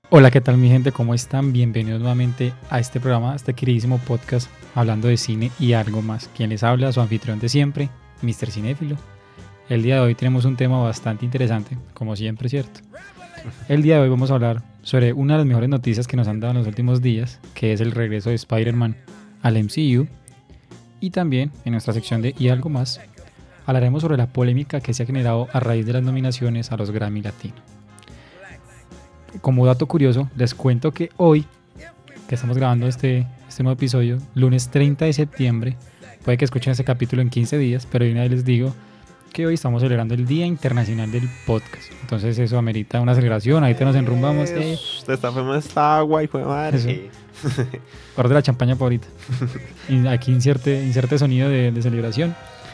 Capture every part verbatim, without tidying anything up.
Hola, ¿qué tal mi gente? ¿Cómo están? Bienvenidos nuevamente a este programa, a este queridísimo podcast hablando de cine y algo más. Quien les habla, su anfitrión de siempre, míster Cinéfilo. El día de hoy tenemos un tema bastante interesante, como siempre, ¿cierto? El día de hoy vamos a hablar sobre una de las mejores noticias que nos han dado en los últimos días, que es el regreso de Spider-Man al M C U. Y también, en nuestra sección de Y algo más, hablaremos sobre la polémica que se ha generado a raíz de las nominaciones a los Grammy Latino. Como dato curioso, les cuento que hoy, que estamos grabando este, este nuevo episodio, lunes treinta de septiembre, puede que escuchen este capítulo en quince días, pero de una vez les digo que hoy estamos celebrando el Día Internacional del Podcast. Entonces eso amerita una celebración, ahorita nos enrumbamos. Eh. Destapemos esta agua y fue madre. Guarde la champaña por ahorita. Y aquí inserte, inserte sonido de, de celebración.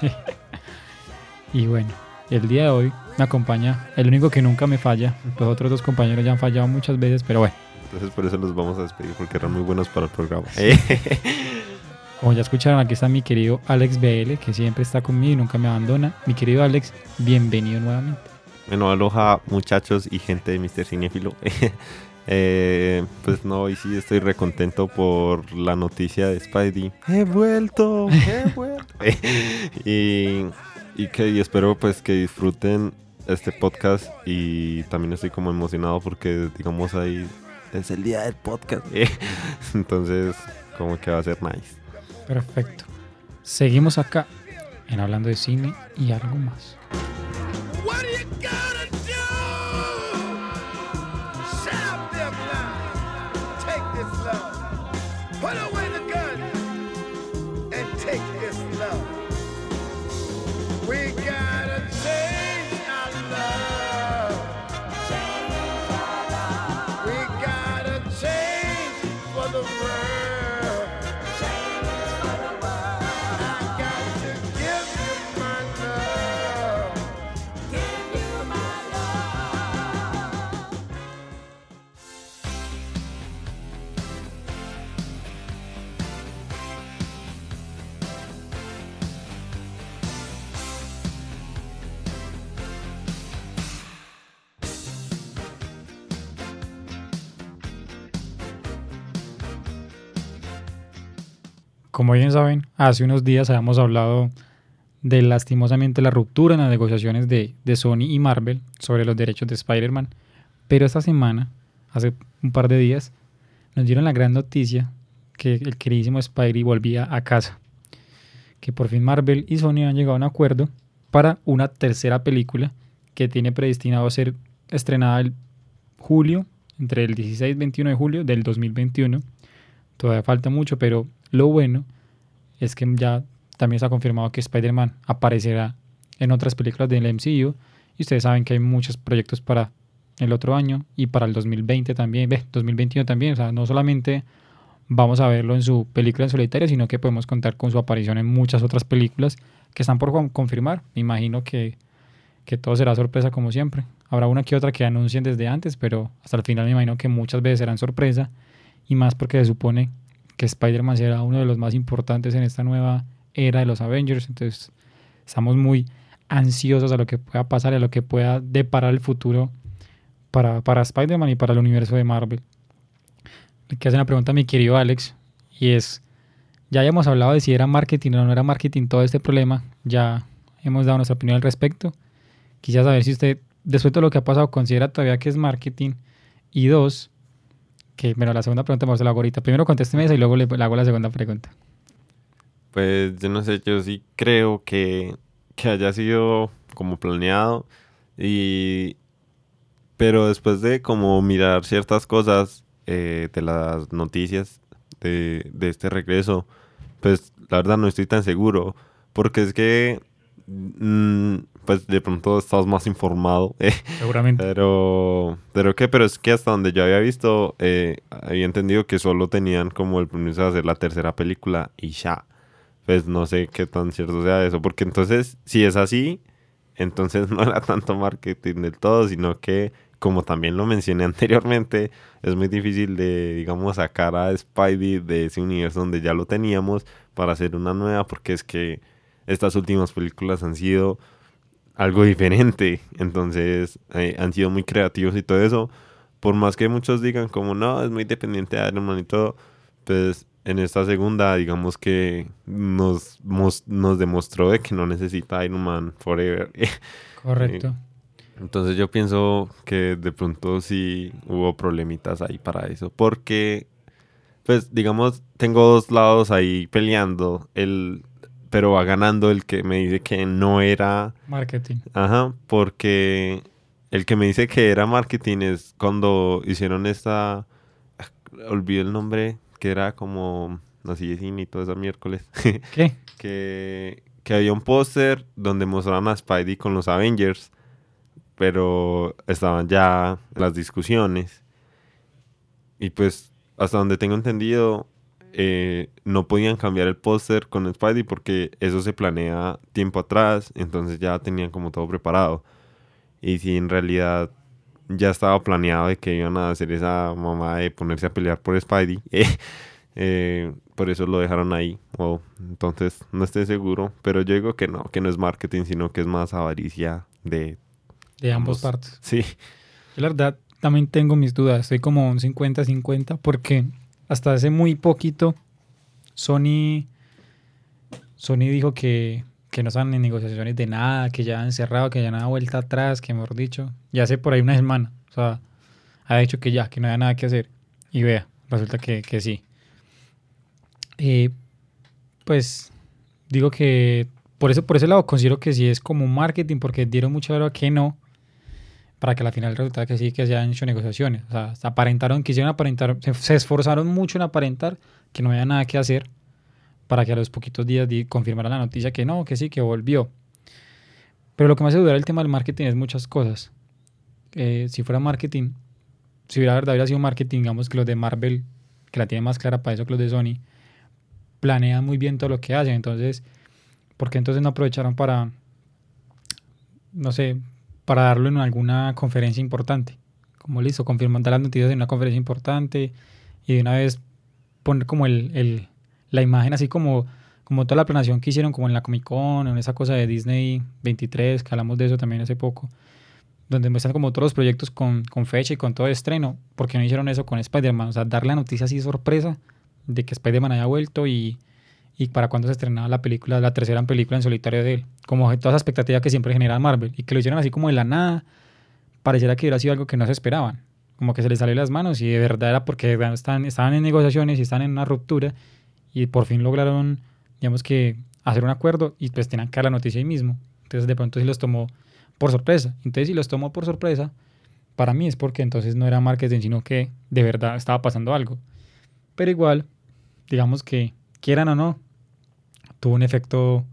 Y bueno, el día de hoy me acompaña el único que nunca me falla. Los otros dos compañeros ya han fallado muchas veces, pero bueno. Entonces por eso los vamos a despedir, porque eran muy buenos para el programa. Sí. Como ya escucharon, aquí está mi querido Alex B L, que siempre está conmigo y nunca me abandona. Mi querido Alex, bienvenido nuevamente. Bueno, aloha muchachos y gente de míster Cinéfilo. eh, pues no, hoy sí estoy recontento por la noticia de Spidey. ¡He vuelto! ¡He vuelto! y... Y que y espero pues que disfruten este podcast, y también estoy como emocionado porque digamos ahí es el día del podcast. Entonces como que va a ser nice. Perfecto. Seguimos acá en Hablando de Cine y algo más. Como bien saben, hace unos días habíamos hablado de lastimosamente la ruptura en las negociaciones de, de Sony y Marvel sobre los derechos de Spider-Man, pero esta semana, hace un par de días, nos dieron la gran noticia que el queridísimo Spidey volvía a casa, que por fin Marvel y Sony han llegado a un acuerdo para una tercera película que tiene predestinado a ser estrenada el julio, entre el dieciséis y veintiuno de julio del dos mil veintiuno. Todavía falta mucho, pero lo bueno es que ya también se ha confirmado que Spider-Man aparecerá en otras películas del M C U, y ustedes saben que hay muchos proyectos para el otro año y para el dos mil veinte también, ve, dos mil veintiuno también. O sea, no solamente vamos a verlo en su película en solitario, sino que podemos contar con su aparición en muchas otras películas que están por confirmar. Me imagino que, que todo será sorpresa como siempre. Habrá una que otra que anuncien desde antes, pero hasta el final me imagino que muchas veces serán sorpresa, y más porque se supone que Spider-Man será uno de los más importantes en esta nueva era de los Avengers. Entonces estamos muy ansiosos a lo que pueda pasar y a lo que pueda deparar el futuro para, para Spider-Man y para el universo de Marvel. Le quiero hacer una pregunta a mi querido Alex, y es, ya habíamos hablado de si era marketing o no era marketing todo este problema, ya hemos dado nuestra opinión al respecto. Quisiera saber si usted, después de todo lo que ha pasado, considera todavía que es marketing, y dos, que bueno, la segunda pregunta me la hago ahorita. Primero contésteme esa y luego le, le hago la segunda pregunta. Pues yo no sé, yo sí creo que, que haya sido como planeado, y pero después de como mirar ciertas cosas eh, de las noticias de, de este regreso, pues la verdad no estoy tan seguro, porque es que mmm, pues de pronto estás más informado. Eh. Seguramente. Pero, pero qué, pero es que hasta donde yo había visto, eh, había entendido que solo tenían como el permiso de hacer la tercera película y ya. Pues no sé qué tan cierto sea eso, porque entonces, si es así, entonces no era tanto marketing del todo, sino que, como también lo mencioné anteriormente, es muy difícil de, digamos, sacar a Spidey de ese universo donde ya lo teníamos para hacer una nueva, porque es que estas últimas películas han sido algo diferente, entonces eh, han sido muy creativos y todo eso, por más que muchos digan como no, es muy dependiente de Iron Man y todo, pues en esta segunda, digamos que nos, mos- nos demostró de que no necesita Iron Man forever. Correcto. Entonces yo pienso que de pronto sí hubo problemitas ahí para eso, porque pues digamos, tengo dos lados ahí peleando, el, pero va ganando el que me dice que no era, Marketing. ajá, porque el que me dice que era marketing es cuando hicieron esta, olvidé el nombre, que era como, así de cine y todo eso miércoles, ¿Qué? que, que había un póster donde mostraban a Spidey con los Avengers, pero estaban ya las discusiones y pues hasta donde tengo entendido eh, no podían cambiar el póster con Spidey porque eso se planea tiempo atrás, entonces ya tenían como todo preparado. Y si en realidad ya estaba planeado de que iban a hacer esa mamá de ponerse a pelear por Spidey, eh, eh, por eso lo dejaron ahí. O entonces no estoy seguro, pero yo digo que no, que no es marketing, sino que es más avaricia de De ambos ambos. partes. Sí. Yo la verdad también tengo mis dudas. Estoy como un cincuenta cincuenta porque hasta hace muy poquito Sony, Sony dijo que, que no estaban en negociaciones de nada, que ya han cerrado, que ya nada vuelta atrás, que mejor dicho, ya hace por ahí una semana. O sea, ha dicho que ya, que no había nada que hacer. Y vea, resulta que, que sí. Eh, pues digo que por eso, por ese lado considero que sí es como un marketing, porque dieron mucha hora que no, para que al final resultara que sí, que se han hecho negociaciones. O sea, aparentaron, quisieron aparentar, se, se esforzaron mucho en aparentar que no había nada que hacer para que a los poquitos días di, confirmara la noticia que no, que sí, que volvió. Pero lo que me hace dudar el tema del marketing es muchas cosas. Eh, si fuera marketing, si hubiera verdad hubiera sido marketing, digamos que los de Marvel, que la tienen más clara para eso que los de Sony, planean muy bien todo lo que hacen. Entonces, ¿por qué entonces no aprovecharon para, no sé, para darlo en alguna conferencia importante? Como listo, confirmar las noticias en una conferencia importante y de una vez poner como el, el, la imagen así como, como toda la planeación que hicieron como en la Comic Con o en esa cosa de Disney veintitrés, que hablamos de eso también hace poco, donde muestran como todos los proyectos con, con fecha y con todo estreno. ¿Por qué no hicieron eso con Spider-Man? O sea, dar la noticia así sorpresa de que Spider-Man haya vuelto y, y para cuándo se estrenaba la película, la tercera película en solitario de él. Como toda esa expectativa que siempre genera Marvel y que lo hicieron así como de la nada, pareciera que hubiera sido algo que no se esperaban. Como que se les salió de las manos y de verdad era porque estaban, estaban en negociaciones y estaban en una ruptura y por fin lograron, digamos que, hacer un acuerdo y pues tenían que dar la noticia ahí mismo. Entonces de pronto sí los tomó por sorpresa. Entonces si los tomó por sorpresa, para mí es porque entonces no era marketing, sino que de verdad estaba pasando algo. Pero igual, digamos que, quieran o no, tuvo un efecto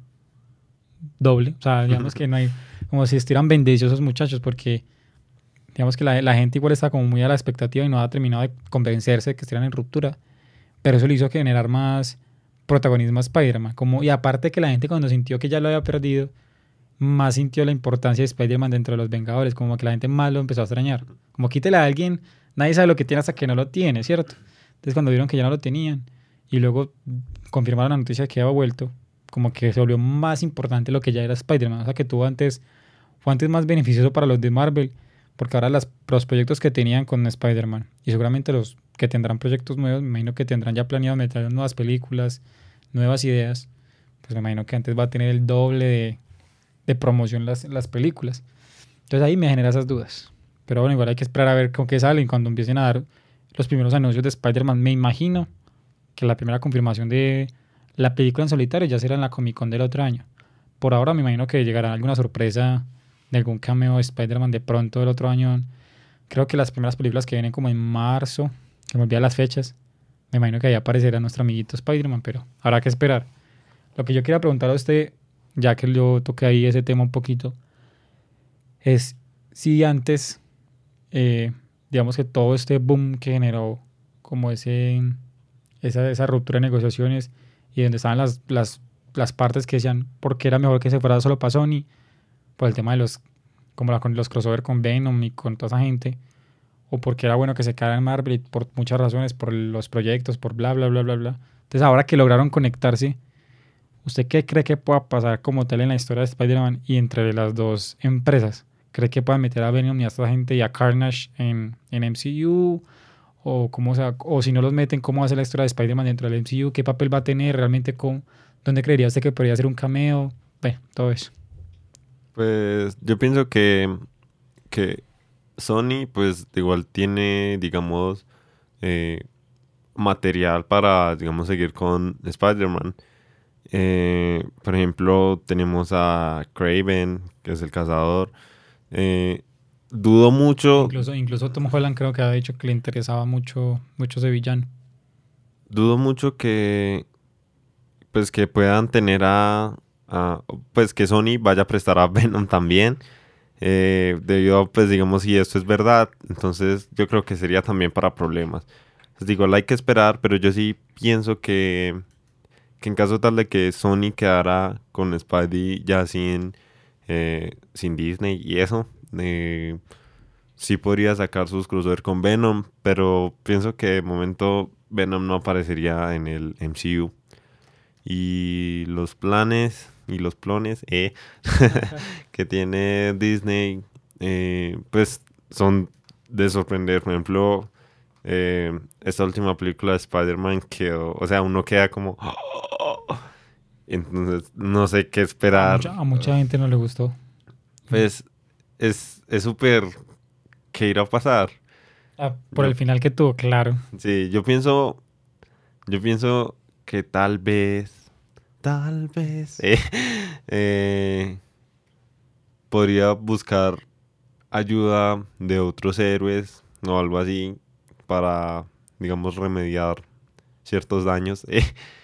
doble. O sea, digamos que no hay, como si estuvieran bendecidos esos muchachos, porque digamos que la, la gente igual está como muy a la expectativa y no ha terminado de convencerse de que estuvieran en ruptura. Pero eso le hizo generar más protagonismo a Spider-Man. Como, y aparte que la gente cuando sintió que ya lo había perdido, más sintió la importancia de Spider-Man dentro de los Vengadores. Como que la gente más lo empezó a extrañar. Como quítele a alguien, nadie sabe lo que tiene hasta que no lo tiene, ¿cierto? Entonces cuando vieron que ya no lo tenían y luego confirmaron la noticia de que había vuelto, como que se volvió más importante lo que ya era Spider-Man. O sea que tuvo antes, fue antes más beneficioso para los de Marvel, porque ahora las, los proyectos que tenían con Spider-Man y seguramente los que tendrán proyectos nuevos, me imagino que tendrán ya planeado meter nuevas películas, nuevas ideas, pues me imagino que antes va a tener el doble de, de promoción las, las películas. Entonces ahí me genera esas dudas. Pero bueno, igual hay que esperar a ver con qué salen cuando empiecen a dar los primeros anuncios de Spider-Man. Me imagino que la primera confirmación de la película en solitario ya será en la Comic Con del otro año. Por ahora me imagino que llegará alguna sorpresa de algún cameo de Spider-Man de pronto del otro año. Creo que las primeras películas que vienen como en marzo, se me olvidan las fechas, me imagino que ahí aparecerá nuestro amiguito Spider-Man, pero habrá que esperar. Lo que yo quería preguntar a usted, ya que yo toqué ahí ese tema un poquito, es si antes, eh, digamos que todo este boom que generó como ese, esa, esa ruptura de negociaciones y donde estaban las, las, las partes que decían por qué era mejor que se fuera solo para Sony, por el tema de los, como la, con los crossover con Venom y con toda esa gente, o porque era bueno que se quedara en Marvel, y por muchas razones, por los proyectos, por bla, bla, bla, bla, bla. Entonces ahora que lograron conectarse, ¿usted qué cree que pueda pasar como tal en la historia de Spider-Man y entre las dos empresas? ¿Cree que puedan meter a Venom y a esta gente y a Carnage en, en M C U? O, cómo se va- o si no los meten, ¿cómo va a ser la historia de Spider-Man dentro del M C U? ¿Qué papel va a tener? ¿Realmente cómo- dónde creería usted que podría ser un cameo? Bueno, todo eso. Pues yo pienso que, que Sony, pues igual tiene, digamos, eh, material para, digamos, seguir con Spider-Man. Eh, por ejemplo, tenemos a Kraven, que es el cazador. Eh, dudo mucho, Incluso, incluso Tom Holland creo que ha dicho que le interesaba mucho, mucho ese villano. dudo mucho que, pues, que puedan tener a, a- pues, que Sony vaya a prestar a Venom también. Eh, debido a, pues, digamos, si esto es verdad, entonces yo creo que sería también para problemas. Les digo, hay que esperar, pero yo sí pienso que, que en caso tal de que Sony quedara con Spidey ya sin, eh, sin Disney y eso, eh, sí podría sacar sus crossover con Venom, pero pienso que de momento Venom no aparecería en el M C U. Y los planes y los plones eh, que tiene Disney, eh, pues son de sorprender. Por ejemplo, eh, esta última película de Spider-Man quedó, o sea, uno queda como... Entonces, no sé qué A esperar. mucha, a mucha gente no le gustó. Pues es es súper... ¿Qué irá a pasar? Ah, por Yo, el final que tuvo, claro. sí, yo pienso, yo pienso que tal vez, tal vez, eh, eh, podría buscar ayuda de otros héroes o algo así para, digamos, remediar ciertos daños. eh,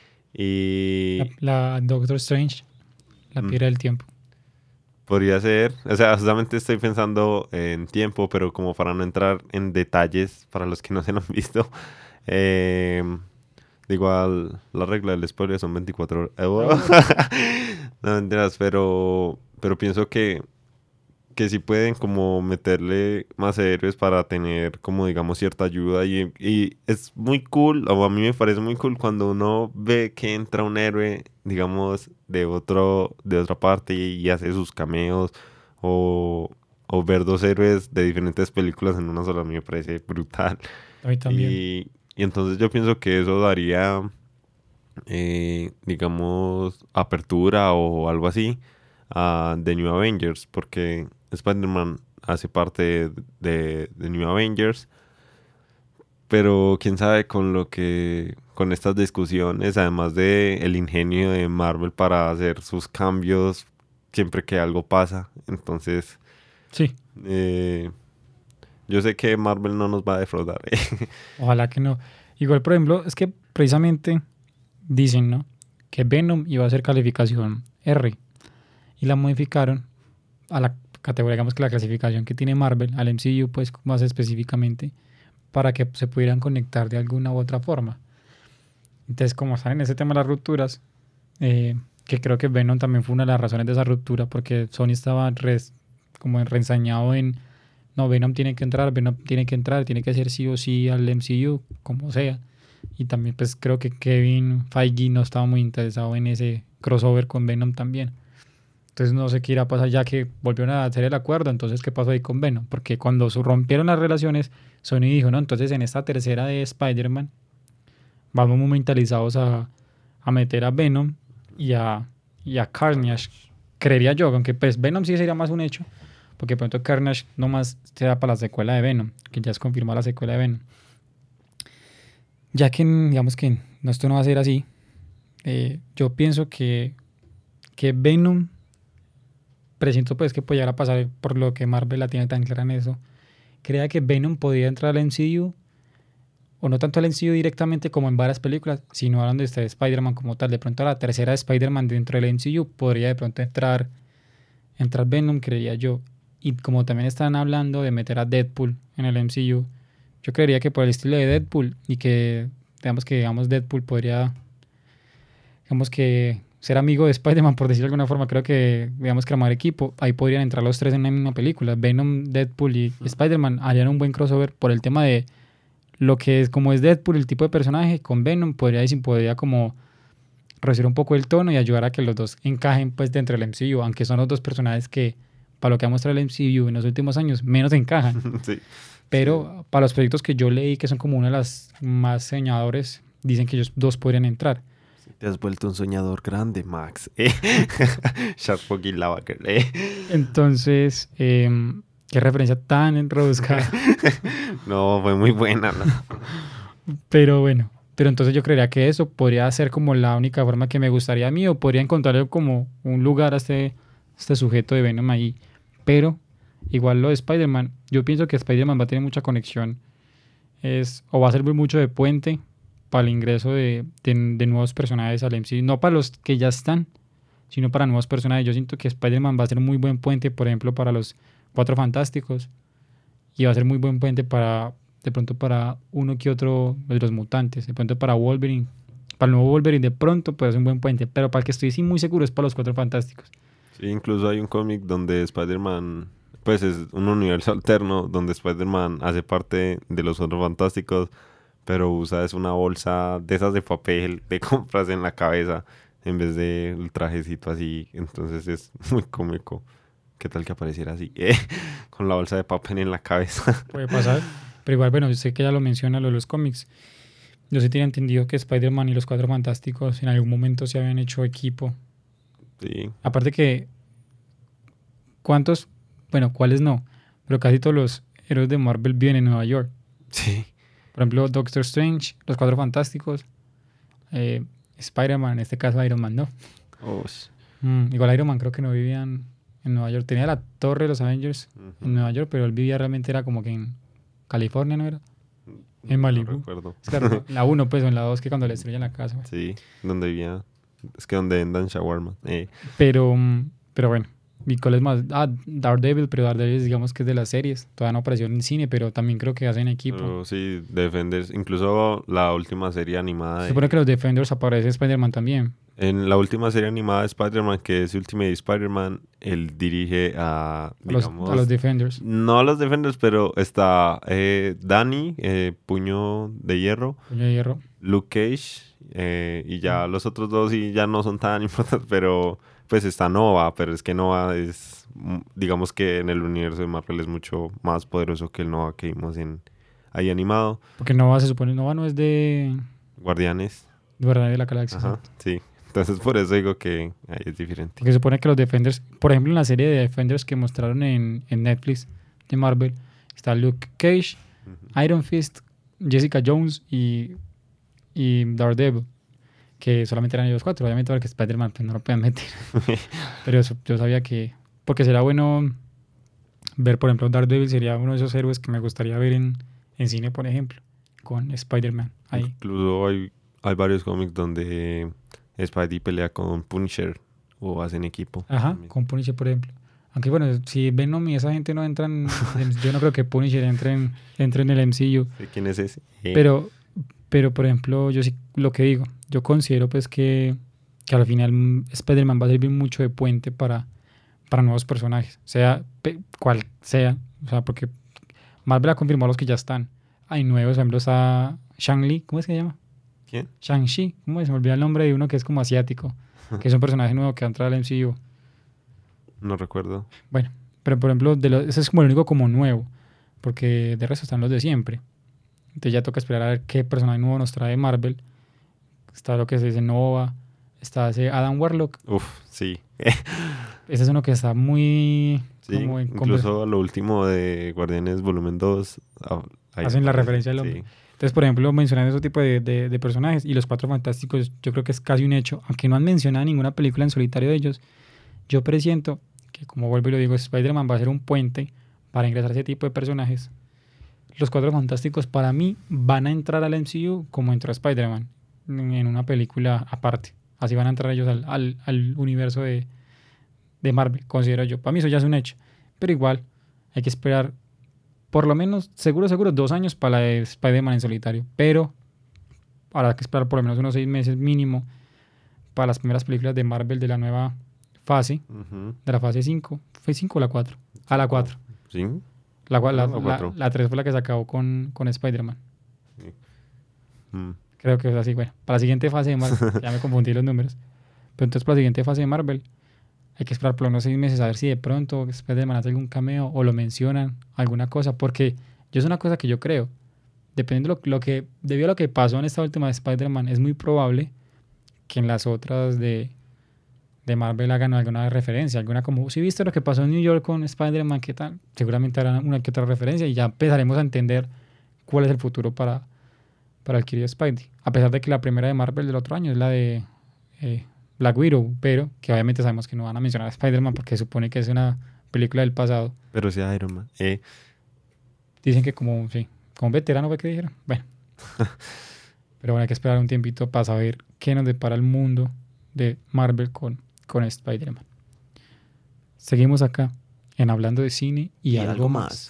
La, Y la Doctor Strange, la mm, piedra del tiempo. podría ser, o sea, justamente estoy pensando en tiempo, pero como para no entrar en detalles para los que no se lo han visto, eh, igual la regla del spoiler son veinticuatro horas. Oh. No mentiras, pero, pero pienso que que sí pueden como meterle más héroes para tener como digamos cierta ayuda y, y es muy cool, o a mí me parece muy cool cuando uno ve que entra un héroe digamos de otro de otra parte y, y hace sus cameos o, o ver dos héroes de diferentes películas en una sola, a mí me parece brutal. A mí también. Y, y entonces yo pienso que eso daría eh, digamos, apertura o algo así a The New Avengers, porque Spider-Man hace parte de, de New Avengers, pero quién sabe con lo que, con estas discusiones, además de el ingenio de Marvel para hacer sus cambios siempre que algo pasa, entonces Sí, eh, yo sé que Marvel no nos va a defraudar. ojalá que no. Igual, por ejemplo, es que precisamente dicen, ¿no? Que Venom iba a ser calificación R y la modificaron a la categoría, digamos que la clasificación que tiene Marvel, al M C U, pues más específicamente, para que se pudieran conectar de alguna u otra forma. Entonces, como están en ese tema de las rupturas, eh, que creo que Venom también fue una de las razones de esa ruptura, porque Sony estaba res- como reensañado en, no, Venom tiene que entrar, Venom tiene que entrar, tiene que ser sí o sí al M C U, como sea. Y también pues creo que Kevin Feige no estaba muy interesado en ese crossover con Venom también. Entonces no sé qué irá a pasar ya que volvieron a hacer el acuerdo, entonces qué pasó ahí con Venom, porque cuando se rompieron las relaciones, Sony dijo, no, entonces en esta tercera de Spider-Man vamos muy mentalizados a, a meter a Venom y a, y a Carnage, creería yo, aunque pues Venom sí sería más un hecho, porque de pronto Carnage nomás será para la secuela de Venom, que ya es confirmada la secuela de Venom. Ya que digamos que no, esto no va a ser así, eh, yo pienso que, que Venom, presiento pues que puede llegar a pasar por lo que Marvel la tiene tan clara en eso, crea que Venom podría entrar al M C U, o no tanto al M C U directamente como en varias películas, sino a donde esté Spider-Man como tal. De pronto a la tercera de Spider-Man dentro del M C U podría de pronto entrar, entrar Venom, creería yo. Y como también están hablando de meter a Deadpool en el M C U, yo creería que por el estilo de Deadpool y que digamos que digamos Deadpool podría digamos que ser amigo de Spider-Man, por decirlo de alguna forma, creo que digamos que armar equipo, ahí podrían entrar los tres en una misma película. Venom, Deadpool y Spider-Man harían un buen crossover por el tema de lo que es como es Deadpool, el tipo de personaje, con Venom podría decir, podría como reducir un poco el tono y ayudar a que los dos encajen pues dentro del M C U, aunque son los dos personajes que para lo que ha mostrado el M C U en los últimos años, menos encajan. Sí. Pero para los proyectos que yo leí, que son como uno de los más soñadores, dicen que ellos dos podrían entrar. Te has vuelto un soñador grande, Max. Eh. Sharkbogi Lavaker. Eh. Entonces, eh, qué referencia tan rebuscada. No, fue muy buena. ¿No? Pero bueno, pero entonces yo creería que eso podría ser como la única forma que me gustaría a mí, o podría encontrarle como un lugar a este, este sujeto de Venom ahí. Pero igual lo de Spider-Man, yo pienso que Spider-Man va a tener mucha conexión, es, o va a servir mucho de puente para el ingreso de, de, de nuevos personajes al M C U, no para los que ya están, sino para nuevos personajes. Yo siento que Spider-Man va a ser muy buen puente, por ejemplo, para los Cuatro Fantásticos, y va a ser muy buen puente para, de pronto, para uno que otro de los mutantes, de pronto para Wolverine, para el nuevo Wolverine, de pronto puede ser un buen puente, pero para el que estoy sí muy seguro es para los Cuatro Fantásticos. Sí, incluso hay un cómic donde Spider-Man, pues es un universo alterno donde Spider-Man hace parte de los Cuatro Fantásticos, pero usa es una bolsa de esas de papel de compras en la cabeza en vez de el trajecito así. Entonces es muy cómico. ¿Qué tal que apareciera así? Eh, con la bolsa de papel en la cabeza. Puede pasar, pero igual, bueno, yo sé que ya lo menciona lo de los cómics. Yo sí tenía entendido que Spider-Man y los Cuatro Fantásticos en algún momento se habían hecho equipo. Sí. Aparte que, ¿cuántos? Bueno, ¿cuáles no? Pero casi todos los héroes de Marvel viven en Nueva York. Sí. Por ejemplo, Doctor Strange, los Cuatro Fantásticos, eh, Spider-Man, en este caso Iron Man, ¿no? Oh. Mm, igual Iron Man creo que no vivían en Nueva York. Tenía la torre de los Avengers Uh-huh. en Nueva York, pero él vivía realmente era como que en California, ¿no era? En Malibu. No recuerdo. Es claro, en la uno, pues, o en la dos, que cuando le estrellan la casa. Pues. Sí, donde vivía. Es que donde vendan shawarma. Eh. Pero, mm, pero bueno. ¿Y cuál es más? Ah, Daredevil, pero Daredevil digamos que es de las series. Todavía no apareció en cine, pero también creo que hacen equipo. Pero sí, Defenders. Incluso la última serie animada. Se de- supone que los Defenders aparece Spider-Man también. En la última serie animada de Spider-Man, que es Ultimate Spider-Man, él dirige a, A los, digamos... a los Defenders. no a los Defenders, pero está eh, Danny, eh, Puño de Hierro, Puño de Hierro. Luke Cage, eh, y ya los otros dos sí ya no son tan importantes, pero pues está Nova, pero es que Nova es, mm, digamos que en el universo de Marvel es mucho más poderoso que el Nova que vimos en ahí animado. Porque Nova se supone, Nova no es de Guardianes, de Guardianes de la Galaxia. ajá, sí. Entonces por eso digo que ahí es diferente. Porque se supone que los Defenders, por ejemplo, en la serie de Defenders que mostraron en, en Netflix de Marvel, está Luke Cage, Ujú. Iron Fist, Jessica Jones y, y Daredevil, que solamente eran ellos cuatro. Obviamente porque Spider-Man pues, no lo pueden meter. Pero eso, yo sabía que... Porque será bueno ver, por ejemplo, Daredevil sería uno de esos héroes que me gustaría ver en, en cine, por ejemplo, con Spider-Man ahí. Incluso hay, hay varios cómics donde Spidey pelea con Punisher o hacen equipo. Ajá, también. con Punisher, por ejemplo. Aunque bueno, si Venom y esa gente no entran, yo no creo que Punisher entre en, entre en el M C U. ¿De quién es ese? Eh, Pero, pero por ejemplo, yo sí lo que digo, yo considero pues que, que al final mm, Spider-Man va a servir mucho de puente para, para nuevos personajes, sea pe- cual sea, o sea, porque Marvel ha confirmado los que ya están. Hay nuevos, por ejemplo, está Shang-Li, ¿cómo es que se llama? ¿Quién? Shang-Chi, ¿cómo es? Se me olvida el nombre de uno que es como asiático, que es un personaje nuevo que va a entrar al M C U. No recuerdo. Bueno, pero por ejemplo, de los, ese es como el único como nuevo, porque de resto están los de siempre. Entonces ya toca esperar a ver qué personaje nuevo nos trae Marvel. Está lo que se dice Nova, está ese Adam Warlock. Uf, sí. Ese es uno que está muy... Sí, como en incluso a lo último de Guardianes Volumen dos. ah, ahí Hacen la aparece, referencia al hombre. sí. Entonces, por ejemplo, mencionando ese tipo de, de, de personajes y los Cuatro Fantásticos, yo creo que es casi un hecho. Aunque no han mencionado ninguna película en solitario de ellos, yo presiento que, como vuelvo y lo digo, Spider-Man va a ser un puente para ingresar a ese tipo de personajes. Los Cuatro Fantásticos, para mí, van a entrar al M C U como entró Spider-Man, en en una película aparte. Así van a entrar ellos al, al, al universo de, de Marvel, considero yo. Para mí eso ya es un hecho. Pero igual, hay que esperar por lo menos, seguro, seguro, dos años para la de Spider-Man en solitario. Pero habrá que esperar por lo menos unos seis meses mínimo para las primeras películas de Marvel de la nueva fase, Ujú. de la fase cinco. ¿Fue cinco o la cuatro? A la cuatro. ¿Sí? La, cua- la, No, la la, cuatro. la tres fue la que se acabó con, con Spider-Man. Mm. Creo que es así. Bueno, para la siguiente fase de Marvel, ya me confundí los números. Pero entonces para la siguiente fase de Marvel, hay que esperar por unos seis meses a ver si de pronto Spider-Man hace algún cameo o lo mencionan, alguna cosa, porque yo es una cosa que yo creo, dependiendo de lo, lo que, debido a lo que pasó en esta última de Spider-Man, es muy probable que en las otras de, de Marvel hagan alguna referencia, alguna como, si viste lo que pasó en New York con Spider-Man, ¿qué tal? Seguramente harán una que otra referencia y ya empezaremos a entender cuál es el futuro para, para el querido Spidey. A pesar de que la primera de Marvel del otro año es la de eh, Black Widow, pero que obviamente sabemos que no van a mencionar a Spider-Man porque se supone que es una película del pasado. Pero sí Iron Man. Eh. Dicen que como, sí, como veterano fue que dijeron. Bueno. Pero bueno, hay que esperar un tiempito para saber qué nos depara el mundo de Marvel con, con Spider-Man. Seguimos acá en Hablando de Cine y, y algo, algo más. más.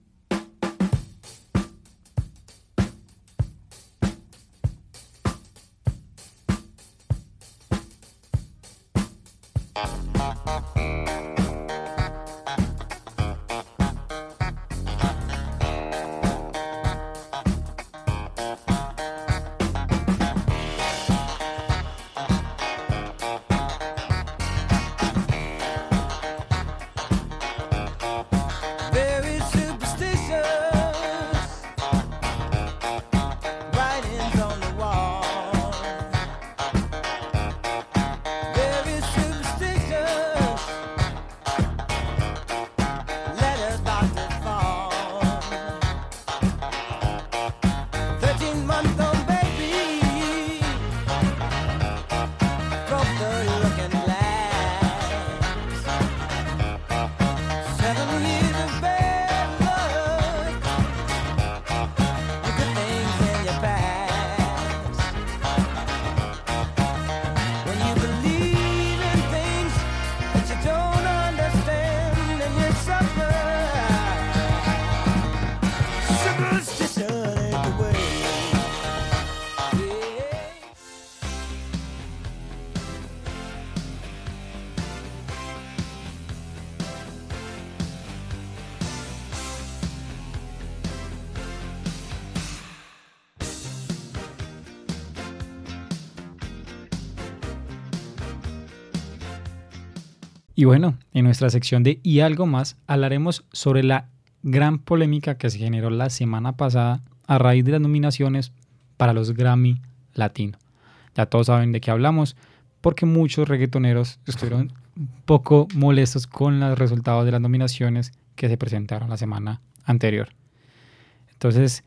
Y bueno, en nuestra sección de Y algo más, hablaremos sobre la gran polémica que se generó la semana pasada a raíz de las nominaciones para los Grammy Latino. Ya todos saben de qué hablamos, porque muchos reggaetoneros estuvieron un poco molestos con los resultados de las nominaciones que se presentaron la semana anterior. Entonces,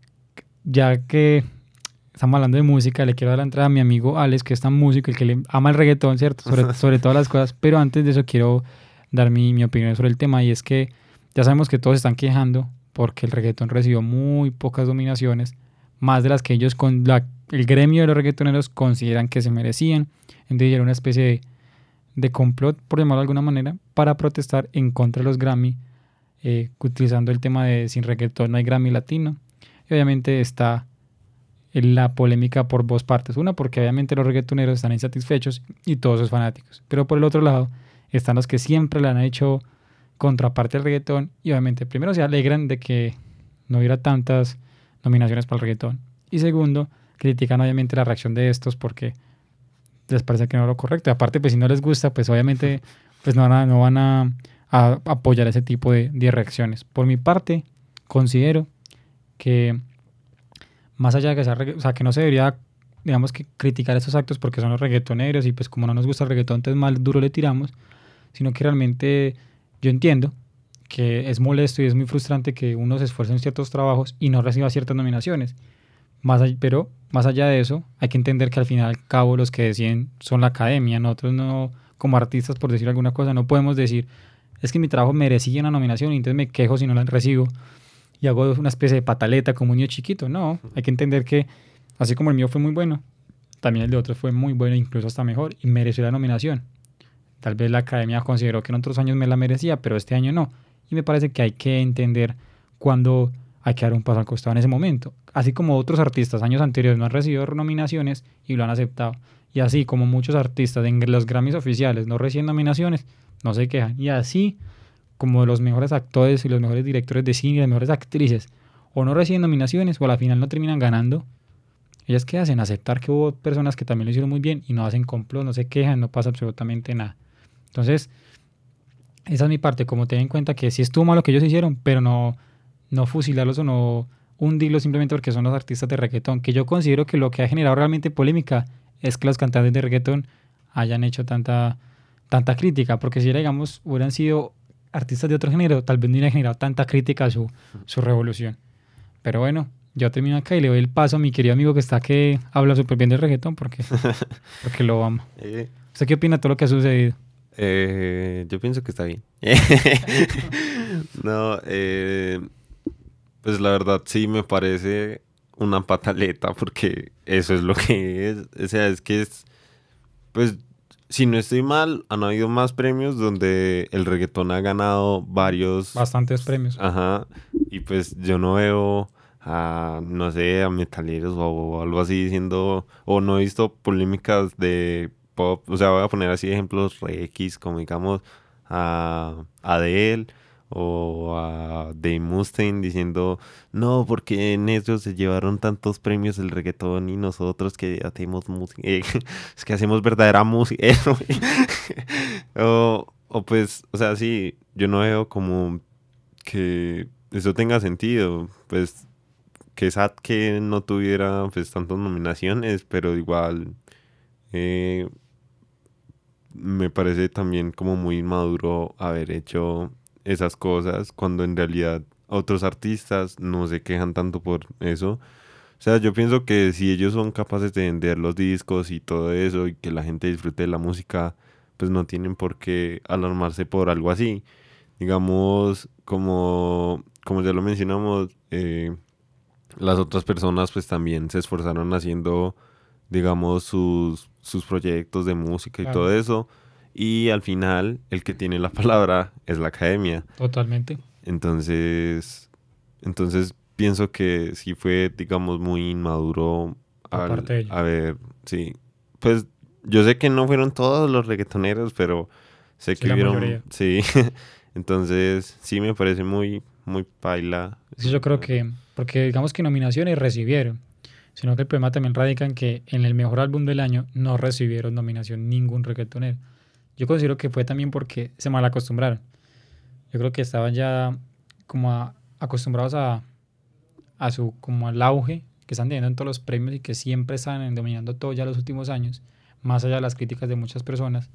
ya que estamos hablando de música, le quiero dar la entrada a mi amigo Alex, que es tan músico, el que le ama el reggaetón, ¿cierto? Sobre, sobre todas las cosas. Pero antes de eso quiero dar mi, mi opinión sobre el tema, y es que ya sabemos que todos están quejando porque el reggaetón recibió muy pocas nominaciones, más de las que ellos con la, el gremio de los reggaetoneros consideran que se merecían. Entonces era una especie de, de complot, por llamarlo de alguna manera, para protestar en contra de los Grammy, eh, utilizando el tema de sin reggaetón no hay Grammy Latino. Y obviamente está la polémica por dos partes. Una, porque obviamente los reggaetoneros están insatisfechos y todos sus fanáticos. Pero por el otro lado, están los que siempre le han hecho contraparte al reggaetón y obviamente primero se alegran de que no hubiera tantas nominaciones para el reggaetón. Y segundo, critican obviamente la reacción de estos porque les parece que no es lo correcto. Y aparte, pues si no les gusta, pues obviamente pues no van a, no van a, a apoyar ese tipo de, de reacciones. Por mi parte, considero que más allá de que, sea, o sea, que no se debería, digamos, que criticar estos actos porque son los reggaetoneros y pues como no nos gusta el reggaetón, entonces más duro le tiramos, sino que realmente yo entiendo que es molesto y es muy frustrante que uno se esfuerce en ciertos trabajos y no reciba ciertas nominaciones. Más allá, pero más allá de eso, hay que entender que al final y al cabo los que deciden son la academia. Nosotros no, como artistas, por decir alguna cosa, no podemos decir es que mi trabajo merecía una nominación y entonces me quejo si no la recibo y hago una especie de pataleta como un niño chiquito. No, hay que entender que así como el mío fue muy bueno, también el de otros fue muy bueno, incluso hasta mejor, y mereció la nominación. Tal vez la academia consideró que en otros años me la merecía, pero este año no. Y me parece que hay que entender cuándo hay que dar un paso al costado en ese momento. Así como otros artistas años anteriores no han recibido nominaciones y lo han aceptado. Y así como muchos artistas en los Grammys oficiales no reciben nominaciones, no se quejan. Y así como los mejores actores y los mejores directores de cine y las mejores actrices o no reciben nominaciones o a la final no terminan ganando, ellas qué hacen, aceptar que hubo personas que también lo hicieron muy bien y no hacen complot, no se quejan, no pasa absolutamente nada. Entonces, esa es mi parte, como tener en cuenta que sí estuvo mal lo que ellos hicieron, pero no, no fusilarlos o no hundirlos simplemente porque son los artistas de reggaetón, que yo considero que lo que ha generado realmente polémica es que los cantantes de reggaetón hayan hecho tanta, tanta crítica, porque si digamos hubieran sido artistas de otro género, tal vez no hubiera generado tanta crítica a su, su revolución. Pero bueno, yo termino acá y le doy el paso a mi querido amigo que está que habla súper bien del reggaetón porque, porque lo amo. Eh, ¿Usted qué opina de todo lo que ha sucedido? eh, yo pienso que está bien. No, eh, pues la verdad sí me parece una pataleta porque eso es lo que es. O sea, es que es, pues, si no estoy mal, han habido más premios donde el reggaetón ha ganado varios. Bastantes premios. Ajá. Y pues yo no veo a, no sé, a metaleros o, o algo así diciendo, o no he visto polémicas de pop. O sea, voy a poner así ejemplos re X, como digamos a Adele o a Dave Mustaine diciendo, no, porque en ellos se llevaron tantos premios el reggaetón y nosotros que hacemos música, eh, es que hacemos verdadera música. o, o pues, o sea, sí, yo no veo como que eso tenga sentido, pues que sad que no tuviera pues tantas nominaciones, pero igual eh, me parece también como muy maduro haber hecho esas cosas cuando en realidad otros artistas no se quejan tanto por eso. O sea, yo pienso que si ellos son capaces de vender los discos y todo eso y que la gente disfrute de la música, pues no tienen por qué alarmarse por algo así. Digamos, como, como ya lo mencionamos, eh, las otras personas pues también se esforzaron haciendo, digamos, sus, sus proyectos de música y Claro, todo eso. Y al final, el que tiene la palabra es la academia. totalmente. Entonces, entonces pienso que sí fue, digamos, muy inmaduro Por al, parte de a ellos. ver, sí. Pues yo sé que no fueron todos los reggaetoneros, pero sé Sí, que la hubieron, mayoría. sí. Entonces, sí me parece muy, muy paila. Sí, yo creo que, porque digamos que nominaciones recibieron, sino que el problema también radica en que en el mejor álbum del año no recibieron nominación ningún reggaetonero. Yo considero que fue también porque se mal acostumbraron. Yo creo que estaban ya como a- acostumbrados a, a su, como al auge que están teniendo en todos los premios y que siempre están dominando todo ya los últimos años, más allá de las críticas de muchas personas.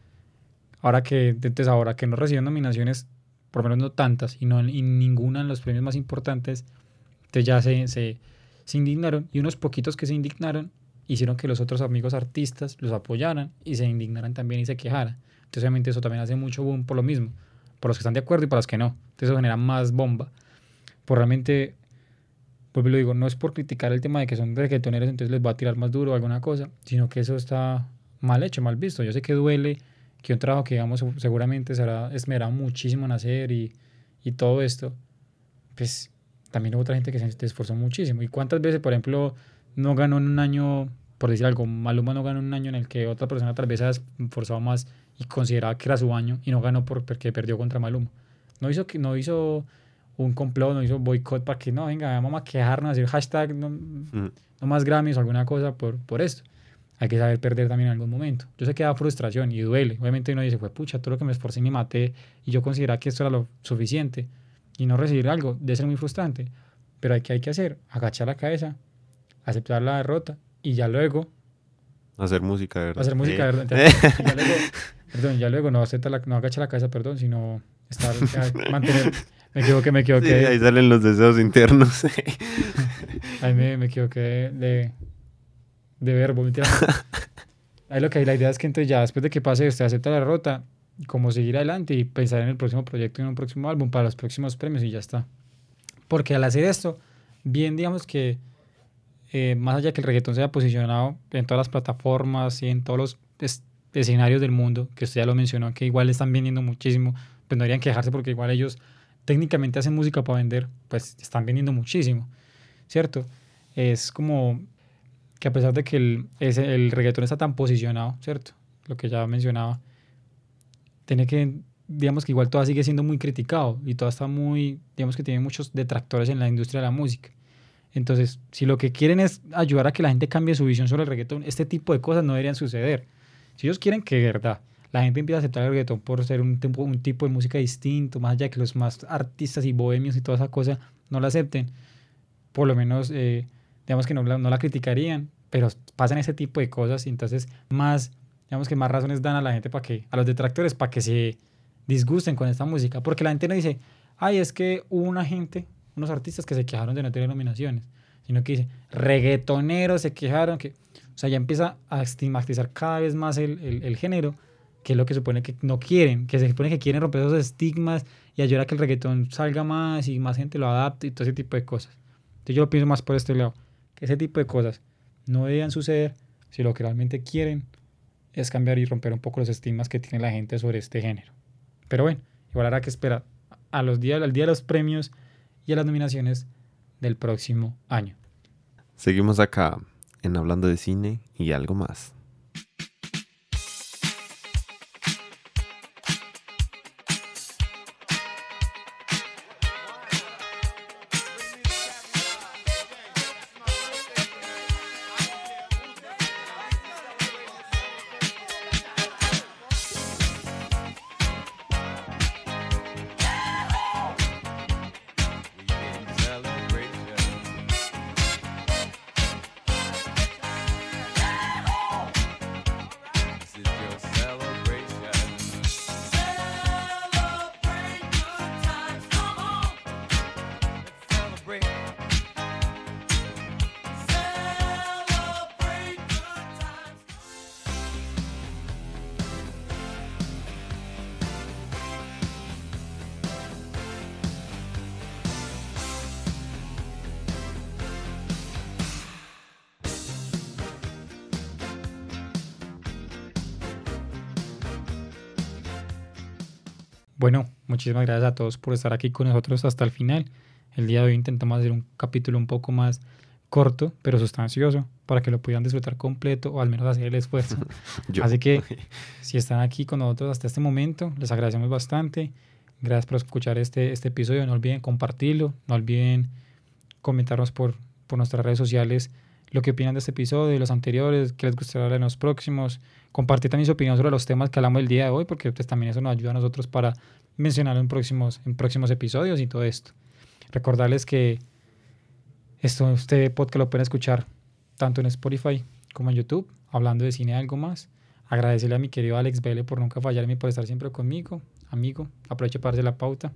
Ahora que, entonces ahora que no reciben nominaciones, por lo menos no tantas, y, no, y ninguna en los premios más importantes, entonces ya se, se, se indignaron y unos poquitos que se indignaron hicieron que los otros amigos artistas los apoyaran y se indignaran también y se quejaran. Entonces obviamente eso también hace mucho boom por lo mismo, por los que están de acuerdo y para los que no. Entonces eso genera más bomba. Por realmente, pues lo digo, no es por criticar el tema de que son reggaetoneros, entonces les va a tirar más duro o alguna cosa, sino que eso está mal hecho, mal visto. Yo sé que duele, que un trabajo que digamos seguramente será esmerado muchísimo en hacer y, y todo esto, pues también hubo otra gente que se esforzó muchísimo. ¿Y cuántas veces, por ejemplo, no ganó en un año, por decir algo, Maluma no ganó en un año en el que otra persona tal vez se ha esforzado más y consideraba que era su año y no ganó por, porque perdió contra Maluma? No hizo, que- no hizo un complot, no hizo boicot para que no, venga, vamos a quejarnos, hacer hashtag, no, Mm, no más Grammys o alguna cosa por, por esto. Hay que saber perder también en algún momento. Yo sé que da frustración y duele. Obviamente uno dice, fue pucha, todo lo que me esforcé y me maté y yo consideraba que esto era lo suficiente y no recibir algo debe ser muy frustrante. Pero hay que, hay que hacer, agachar la cabeza, aceptar la derrota y ya luego hacer música, de verdad. hacer música Eh. de verdad. Y ya luego, perdón, ya luego no aceptar la, no agachar la cabeza, perdón, sino estar, ya, mantener, me equivoqué, me Sí, ahí equivoqué, salen los deseos internos. ahí me, me equivoqué de, de, de verbo, mentira. Ahí lo que hay, la idea es que entonces ya después de que pase usted acepta la derrota, como seguir adelante y pensar en el próximo proyecto y en un próximo álbum para los próximos premios y ya está. Porque al hacer esto, bien digamos que eh, más allá que el reggaetón sea posicionado en todas las plataformas y en todos los es- escenarios del mundo, que usted ya lo mencionó, que igual están vendiendo muchísimo, pues no deberían quejarse porque igual ellos técnicamente hacen música para vender, pues están vendiendo muchísimo, ¿cierto? Es como que a pesar de que el, ese, el reggaetón está tan posicionado, ¿cierto? Lo que ya mencionaba, tiene que, digamos que igual todo sigue siendo muy criticado y todo está muy, digamos que tiene muchos detractores en la industria de la música. Entonces, si lo que quieren es ayudar a que la gente cambie su visión sobre el reggaetón, este tipo de cosas no deberían suceder. Si ellos quieren que de verdad la gente empieza a aceptar el reggaetón por ser un tipo, un tipo de música distinto, más allá de que los más artistas y bohemios y toda esa cosa no la acepten, por lo menos eh, digamos que no la, no la criticarían, pero pasan ese tipo de cosas y entonces más, digamos que más razones dan a la gente para que, a los detractores para que se disgusten con esta música, porque la gente no dice, ay, es que hubo una gente, unos artistas que se quejaron de no tener nominaciones, sino que dice, reggaetoneros se quejaron, que, o sea, ya empieza a estigmatizar cada vez más el, el, el género, que es lo que supone que no quieren, que se supone que quieren romper esos estigmas y ayudar a que el reggaetón salga más y más gente lo adapte y todo ese tipo de cosas. Entonces yo lo pienso más por este lado, que ese tipo de cosas no deberían suceder si lo que realmente quieren es cambiar y romper un poco los estigmas que tiene la gente sobre este género. Pero bueno, igual habrá que esperar a los días, al día de los premios y a las nominaciones del próximo año. Seguimos acá en Hablando de Cine y algo más. Bueno, muchísimas gracias a todos por estar aquí con nosotros hasta el final. El día de hoy intentamos hacer un capítulo un poco más corto, pero sustancioso, para que lo puedan disfrutar completo o al menos hacer el esfuerzo. Así que si están aquí con nosotros hasta este momento, les agradecemos bastante. Gracias por escuchar este, este episodio. No olviden compartirlo, no olviden comentarnos por, por nuestras redes sociales lo que opinan de este episodio, de los anteriores, qué les gustaría en los próximos. Compartir también su opinión sobre los temas que hablamos el día de hoy, porque pues, también eso nos ayuda a nosotros para mencionarlo en próximos, en próximos episodios y todo esto. Recordarles que esto, este podcast lo pueden escuchar tanto en Spotify como en YouTube, hablando de cine algo más. Agradecerle a mi querido Alex Vélez por nunca fallarme y por estar siempre conmigo. Amigo, aproveche para darse la pauta.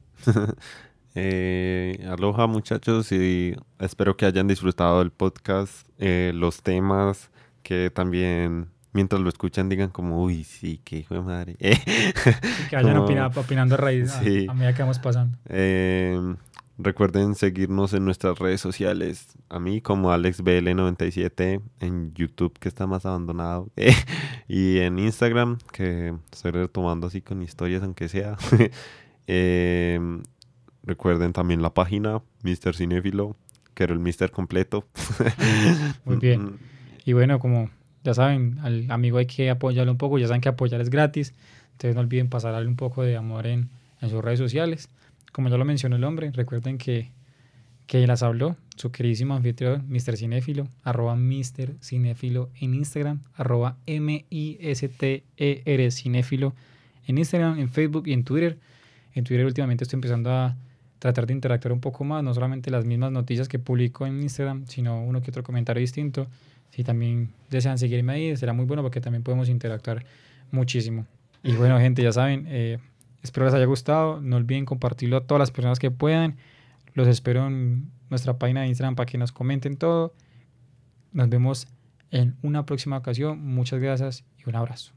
Eh, aloha muchachos y espero que hayan disfrutado del podcast, eh, los temas, que también mientras lo escuchan digan como, uy, sí, qué hijo de madre. Eh, que vayan como, opina, opinando a raíz sí. a, a medida que vamos pasando. Eh, recuerden seguirnos en nuestras redes sociales, a mí como Alex B L noventa y siete, en YouTube que está más abandonado, eh, y en Instagram que estoy retomando así con historias aunque sea. eh, Recuerden también la página míster Cinéfilo, que era el míster completo. Muy bien. Y bueno, como ya saben, al amigo hay que apoyarlo un poco. Ya saben que apoyar es gratis. Entonces no olviden pasarle un poco de amor en, en sus redes sociales. Como ya lo mencionó el hombre, recuerden que, que las habló su queridísimo anfitrión, míster Cinéfilo, arroba míster Cinéfilo en Instagram, arroba M I S T E R Cinéfilo en Instagram, en Facebook y en Twitter. En Twitter últimamente estoy empezando a tratar de interactuar un poco más, no solamente las mismas noticias que publico en Instagram, sino uno que otro comentario distinto. Si también desean seguirme ahí, será muy bueno porque también podemos interactuar muchísimo. Y bueno, gente, ya saben, eh, espero les haya gustado. No olviden compartirlo a todas las personas que puedan. Los espero en nuestra página de Instagram para que nos comenten todo. Nos vemos en una próxima ocasión. Muchas gracias y un abrazo.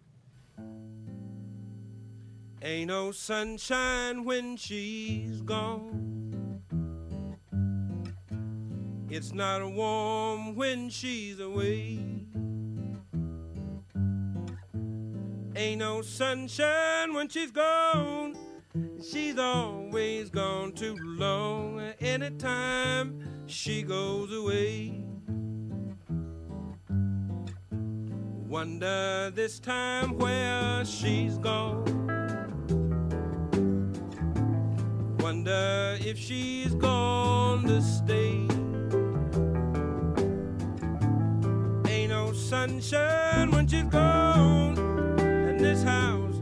Ain't no sunshine when she's gone. It's not warm when she's away. Ain't no sunshine when she's gone. She's always gone too long. Anytime she goes away. Wonder this time where she's gone. Wonder if she's gone to stay. Ain't no sunshine when she's gone, and this house